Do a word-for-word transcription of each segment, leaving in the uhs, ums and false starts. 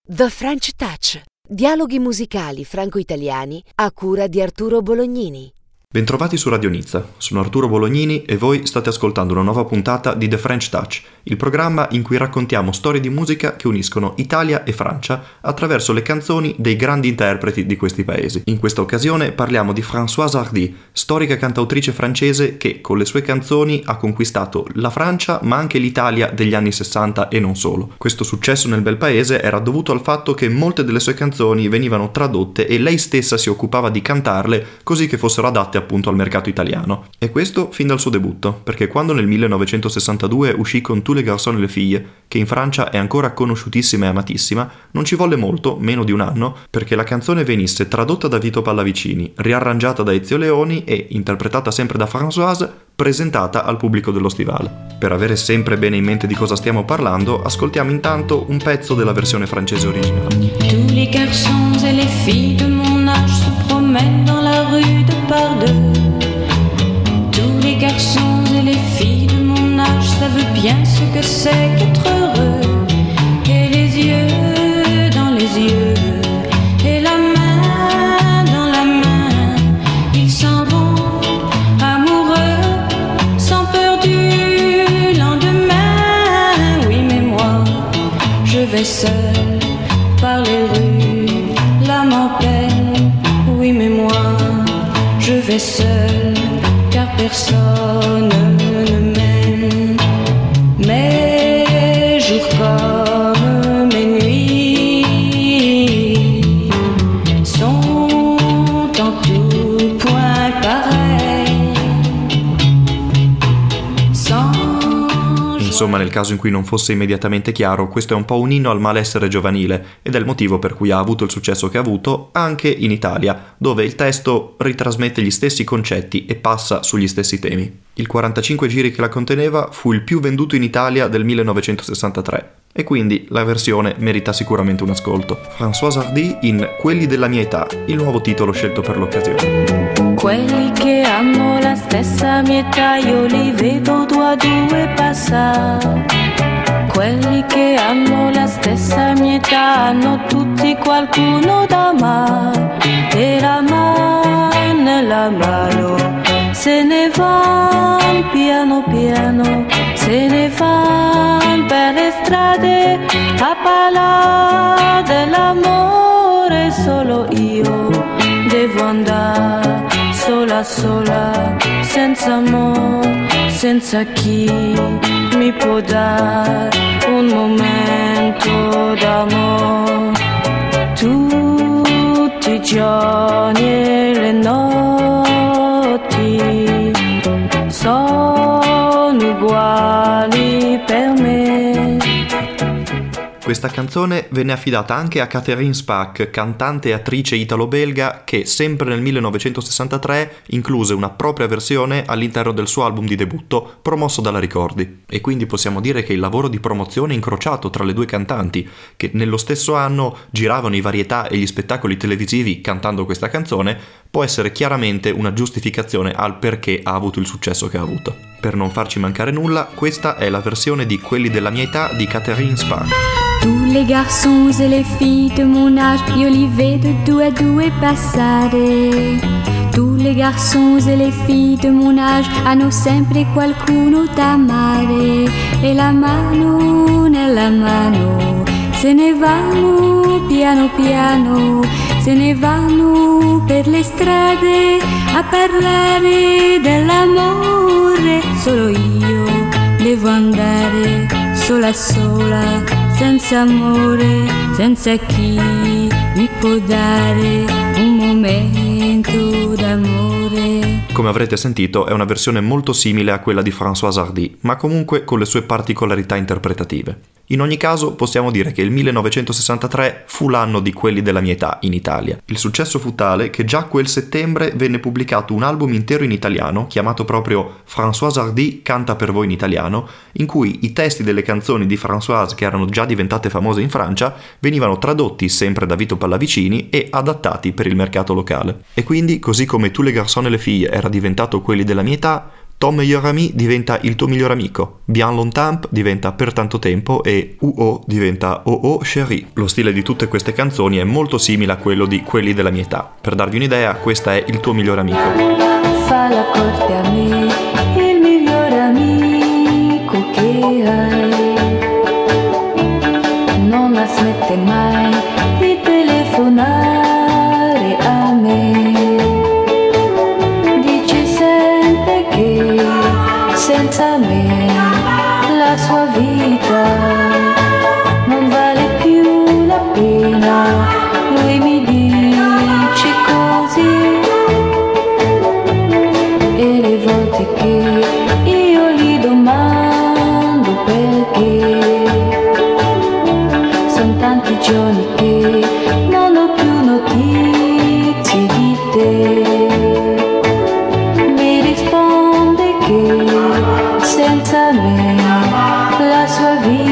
The French Touch, dialoghi musicali franco-italiani a cura di Arturo Bolognini. Bentrovati su Radio Nizza, sono Arturo Bolognini e voi state ascoltando una nuova puntata di The French Touch, il programma in cui raccontiamo storie di musica che uniscono Italia e Francia attraverso le canzoni dei grandi interpreti di questi paesi. In questa occasione parliamo di Françoise Hardy, storica cantautrice francese che con le sue canzoni ha conquistato la Francia ma anche l'Italia degli anni sessanta e non solo. Questo successo nel bel paese era dovuto al fatto che molte delle sue canzoni venivano tradotte e lei stessa si occupava di cantarle così che fossero adatte appunto al mercato italiano. E questo fin dal suo debutto, perché quando nel millenovecentosessantadue uscì con Tous les garçons et les filles, che in Francia è ancora conosciutissima e amatissima, non ci volle molto, meno di un anno, perché la canzone venisse tradotta da Vito Pallavicini, riarrangiata da Ezio Leoni e, interpretata sempre da Françoise, presentata al pubblico dello Stivale. Per avere sempre bene in mente di cosa stiamo parlando, ascoltiamo intanto un pezzo della versione francese originale. Tous les garçons et les filles de mon âge se promènent dans la rue de par deux. Tous les garçons et les filles de mon âge savent bien ce que c'est qu'être heureux. Et les yeux dans les yeux, et la main dans la main, ils s'en vont amoureux, sans peur du lendemain. Oui, mais moi, je vais seul par les rues, l'âme en peine. Oui, mais moi, je vais seul, car personne ne m'aime. Mes jours comme mes nuits sont en tout point pareils. Sans Insomma, nel caso in cui non fosse immediatamente chiaro, questo è un po' un inno al malessere giovanile ed è il motivo per cui ha avuto il successo che ha avuto anche in Italia, dove il testo ritrasmette gli stessi concetti e passa sugli stessi temi. Il quarantacinque giri che la conteneva fu il più venduto in Italia del millenovecentosessantatré e quindi la versione merita sicuramente un ascolto. Françoise Hardy in Quelli della mia età, il nuovo titolo scelto per l'occasione. quelli che hanno la stessa mia età io li vedo due a due passare. Quelli che hanno la stessa mia età hanno tutti qualcuno da amare. E la mano nella mano se ne van piano piano, se ne van per le strade a parlare dell'amore. Solo io devo andare sola sola, senza amore, senza chi mi può dare un momento d'amore. Tutti i giorni e le notti sono uguali per me. Questa canzone venne affidata anche a Catherine Spaak, cantante e attrice italo-belga che sempre nel millenovecentosessantatré incluse una propria versione all'interno del suo album di debutto promosso dalla Ricordi. E quindi possiamo dire che il lavoro di promozione incrociato tra le due cantanti, che nello stesso anno giravano i varietà e gli spettacoli televisivi cantando questa canzone, può essere chiaramente una giustificazione al perché ha avuto il successo che ha avuto. Per non farci mancare nulla, questa è la versione di Quelli della mia età di Catherine Spaak. Tous les garçons et les filles de mon âge, io li vedo due a due passare. Tous les garçons et les filles de mon âge hanno sempre qualcuno da amare. E la mano nella mano se ne vanno piano piano, se ne vanno per le strade a parlare dell'amore. Solo io devo andare sola sola, senza amore, senza chi mi può dare un momento d'amore. Come avrete sentito è una versione molto simile a quella di Françoise Hardy, ma comunque con le sue particolarità interpretative. In ogni caso possiamo dire che il millenovecentosessantatré fu l'anno di Quelli della mia età in Italia. Il successo fu tale che già quel settembre venne pubblicato un album intero in italiano chiamato proprio Françoise Hardy canta per voi in italiano, in cui i testi delle canzoni di Françoise, che erano già diventate famose in Francia, venivano tradotti sempre da Vito Pallavicini e adattati per il mercato locale. E quindi, così come Tous les garçons et les filles era diventato Quelli della mia età, Ton meilleur ami diventa il tuo miglior amico, Bien longtemps diventa per tanto tempo e U O diventa Oh Oh chérie. Lo stile di tutte queste canzoni è molto simile a quello di Quelli della mia età. Per darvi un'idea, questa è Il tuo miglior amico. Fa la corte a me, il miglior amico che hai. Non la smette mai di telefonare a me. Dice sempre che senza me la sua vita non vale più la pena. Lui mi dice così. E le volte che io gli domando perché, son tanti giorni che non ho più notizie di te. Mi risponde che senza me la sua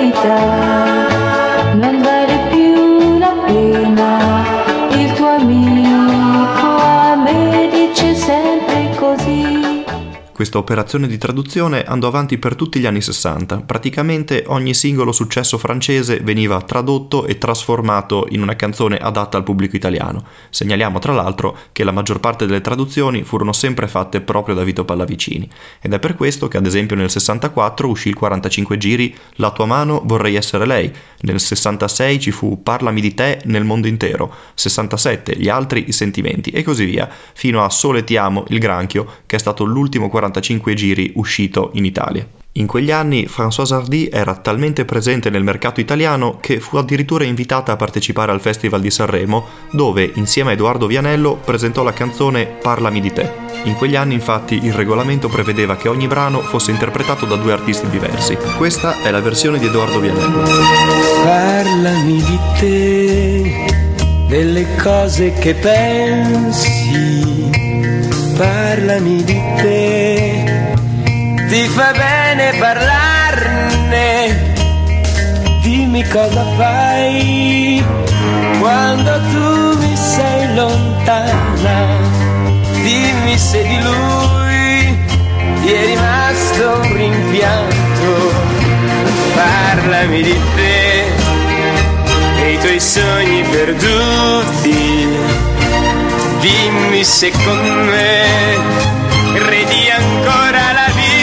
vita non vale più la pena. Il tuo amico a me dice sempre così. Questa operazione di traduzione andò avanti per tutti gli anni sessanta. Praticamente ogni singolo successo francese veniva tradotto e trasformato in una canzone adatta al pubblico italiano. Segnaliamo tra l'altro che la maggior parte delle traduzioni furono sempre fatte proprio da Vito Pallavicini, ed è per questo che ad esempio nel sessantaquattro uscì il quarantacinque giri La tua mano vorrei essere lei, nel sessantasei ci fu Parlami di te nel mondo intero, sessantasette Gli altri i sentimenti e così via, fino a Sole ti amo, il granchio, che è stato l'ultimo quarantacinque giri uscito in Italia. In quegli anni Françoise Hardy era talmente presente nel mercato italiano che fu addirittura invitata a partecipare al Festival di Sanremo, dove insieme a Edoardo Vianello presentò la canzone Parlami di te. In quegli anni infatti il regolamento prevedeva che ogni brano fosse interpretato da due artisti diversi. Questa è la versione di Edoardo Vianello. Parlami di te, delle cose che pensi, parlami di te, ti fa bene parlarne, dimmi cosa fai quando tu mi sei lontana, dimmi se di lui ti è rimasto un rimpianto, parlami di te, dei tuoi sogni perduti, dimmi se con me credi ancora la vita.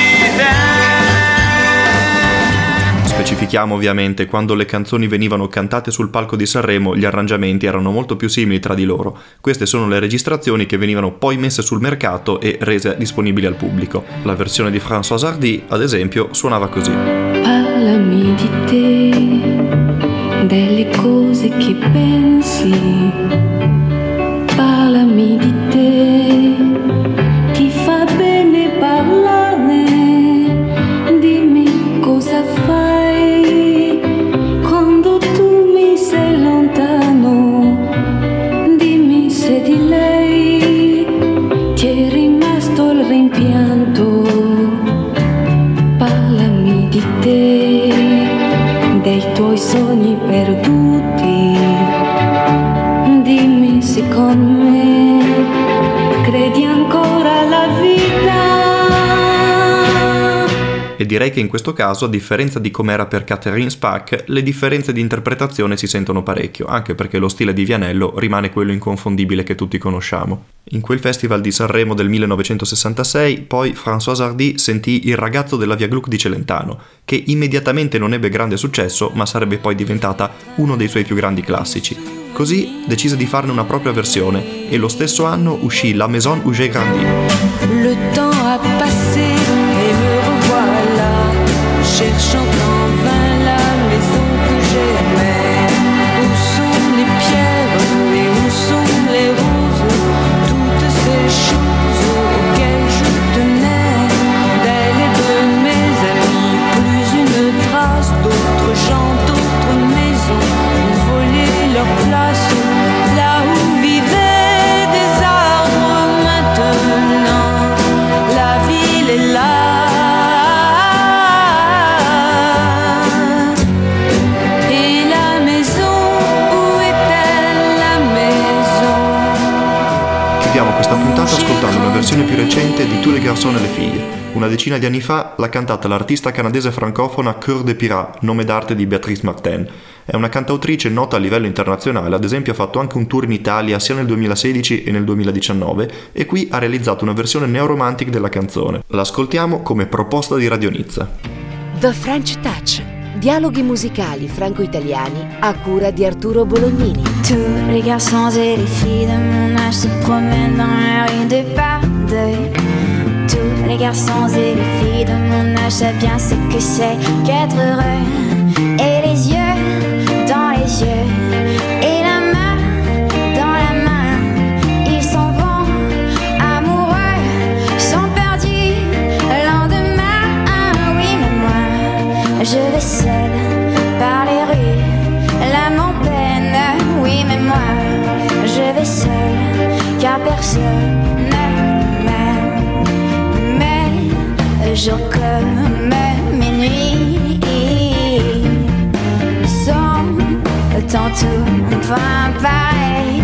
Specifichiamo ovviamente, quando le canzoni venivano cantate sul palco di Sanremo gli arrangiamenti erano molto più simili tra di loro. Queste sono le registrazioni che venivano poi messe sul mercato e rese disponibili al pubblico. La versione di Françoise Hardy, ad esempio, suonava così. Parlami di te, delle cose che pensi, parlami di te, ti fa bene parlare, dimmi cosa fai quando tu mi sei lontano, dimmi se di lei ti è rimasto il rimpianto, parlami di te, dei tuoi sogni perduti, dimmi se con me credi ancora alla vita. E direi che in questo caso, a differenza di com'era per Catherine Spack, le differenze di interpretazione si sentono parecchio, anche perché lo stile di Vianello rimane quello inconfondibile che tutti conosciamo. In quel Festival di Sanremo del millenovecentosessantasei, poi Françoise Hardy sentì Il ragazzo della via Gluck di Celentano, che immediatamente non ebbe grande successo, ma sarebbe poi diventata uno dei suoi più grandi classici. Così decise di farne una propria versione e lo stesso anno uscì La Maison où j'ai grandi. Le temps a passé et me revoilà, cherchant en vain la maison que j'aimais. Où sont les pierres et où sont les roses, toutes ces choses auxquelles je tenais, d'elle et de mes amis, plus une trace, d'autres gens, d'autres maisons ont volé leur place, là où vivaient des arbres maintenant, la ville est là. Chiudiamo questa puntata ascoltando una versione più recente di Tous les garçons et les filles. Una decina di anni fa l'ha cantata l'artista canadese francofona Cœur de Pirat, nome d'arte di Béatrice Martin. È una cantautrice nota a livello internazionale, ad esempio ha fatto anche un tour in Italia sia nel duemilasedici e nel duemiladiciannove e qui ha realizzato una versione neoromantic della canzone. L'ascoltiamo come proposta di Radio Nizza. The French Touch. Dialoghi musicali franco-italiani a cura di Arturo Bolognini. Tous les garçons et les filles de mon âge se promènent dans la rue de Paris. Tous les garçons et les filles de mon âge savent bien ce que c'est qu'être heureux. Et les yeux dans les yeux, et la main dans la main. Ils s'en vont amoureux, sont perdus le lendemain. Ah oui, mais moi, je vais seule par les rues, l'âme en peine. Oui, mais moi, je vais seule, car personne ne m'aime. Mais jour comme mes nuits sont tantôt pas pareil,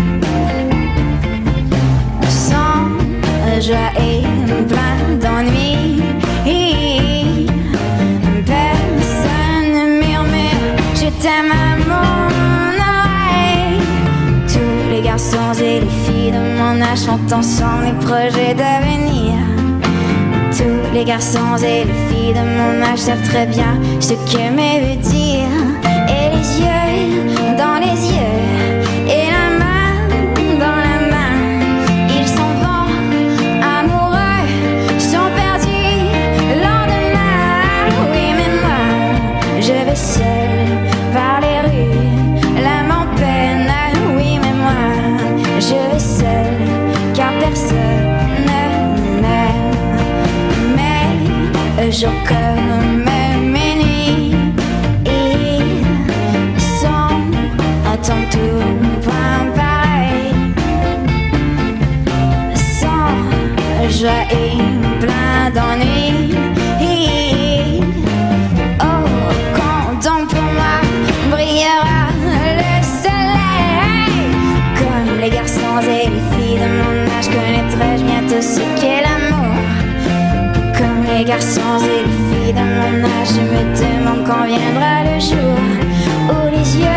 sans joie et plein d'ennui. Personne ne murmure je t'aime à mon oreille. Tous les garçons et les filles de mon âge chantent ensemble les projets d'avenir. Tous les garçons et les filles de mon âge savent très bien ce qu'aimer veut dire. Et les yeux dans les yeux, et la main dans la main. Ils s'en vont amoureux, sont perdus le lendemain. Oui, mais moi, je vais seule par les rues, l'âme en peine. Oui, mais moi, je vais seule, car personne ne m'aime. Mais jour comme mes nuits sont tantôt pas pareil, sans joie et plein d'ennui. Oh, quand donc pour moi brillera le soleil. Comme les garçons et les filles de mon âge, connaîtrai-je bientôt ce qu'est l'amour. Comme les garçons et les filles de mon âge, je me demande quand viendra le jour où les yeux